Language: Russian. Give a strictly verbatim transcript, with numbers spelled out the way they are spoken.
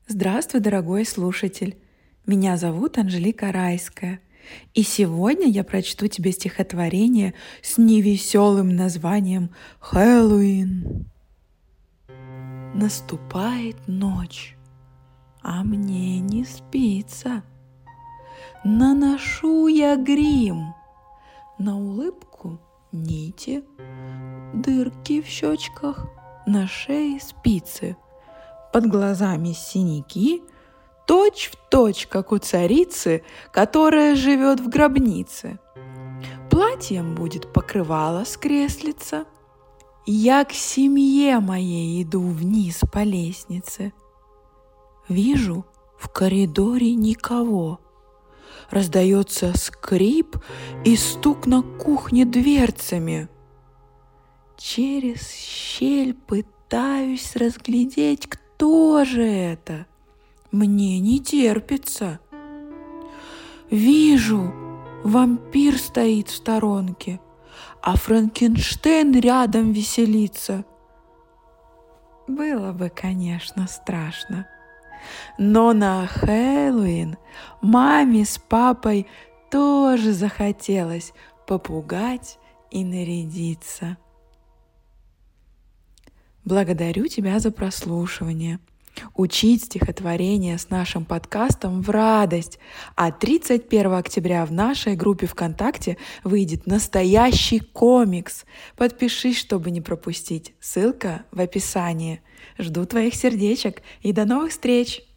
Здравствуй, дорогой слушатель! Меня зовут Анжелика Райская, и сегодня я прочту тебе стихотворение с невеселым названием «Хэллоуин». Наступает ночь, а мне не спится. Наношу я грим, на улыбку нити, дырки в щечках, на шее спицы, под глазами синяки, точь в точь, как у царицы, которая живет в гробнице. Платьем будет покрывало с креслица. Я к семье моей иду вниз по лестнице. Вижу, в коридоре никого. Раздается скрип и стук на кухне дверцами. Через щель пытаюсь разглядеть, кто же это. Мне не терпится. Вижу, вампир стоит в сторонке, а Франкенштейн рядом веселится. Было бы, конечно, страшно. Но на Хэллоуин маме с папой тоже захотелось попугать и нарядиться. Благодарю тебя за прослушивание. Учить стихотворение с нашим подкастом в радость. А тридцать первого октября в нашей группе ВКонтакте выйдет настоящий комикс. Подпишись, чтобы не пропустить. Ссылка в описании. Жду твоих сердечек и до новых встреч!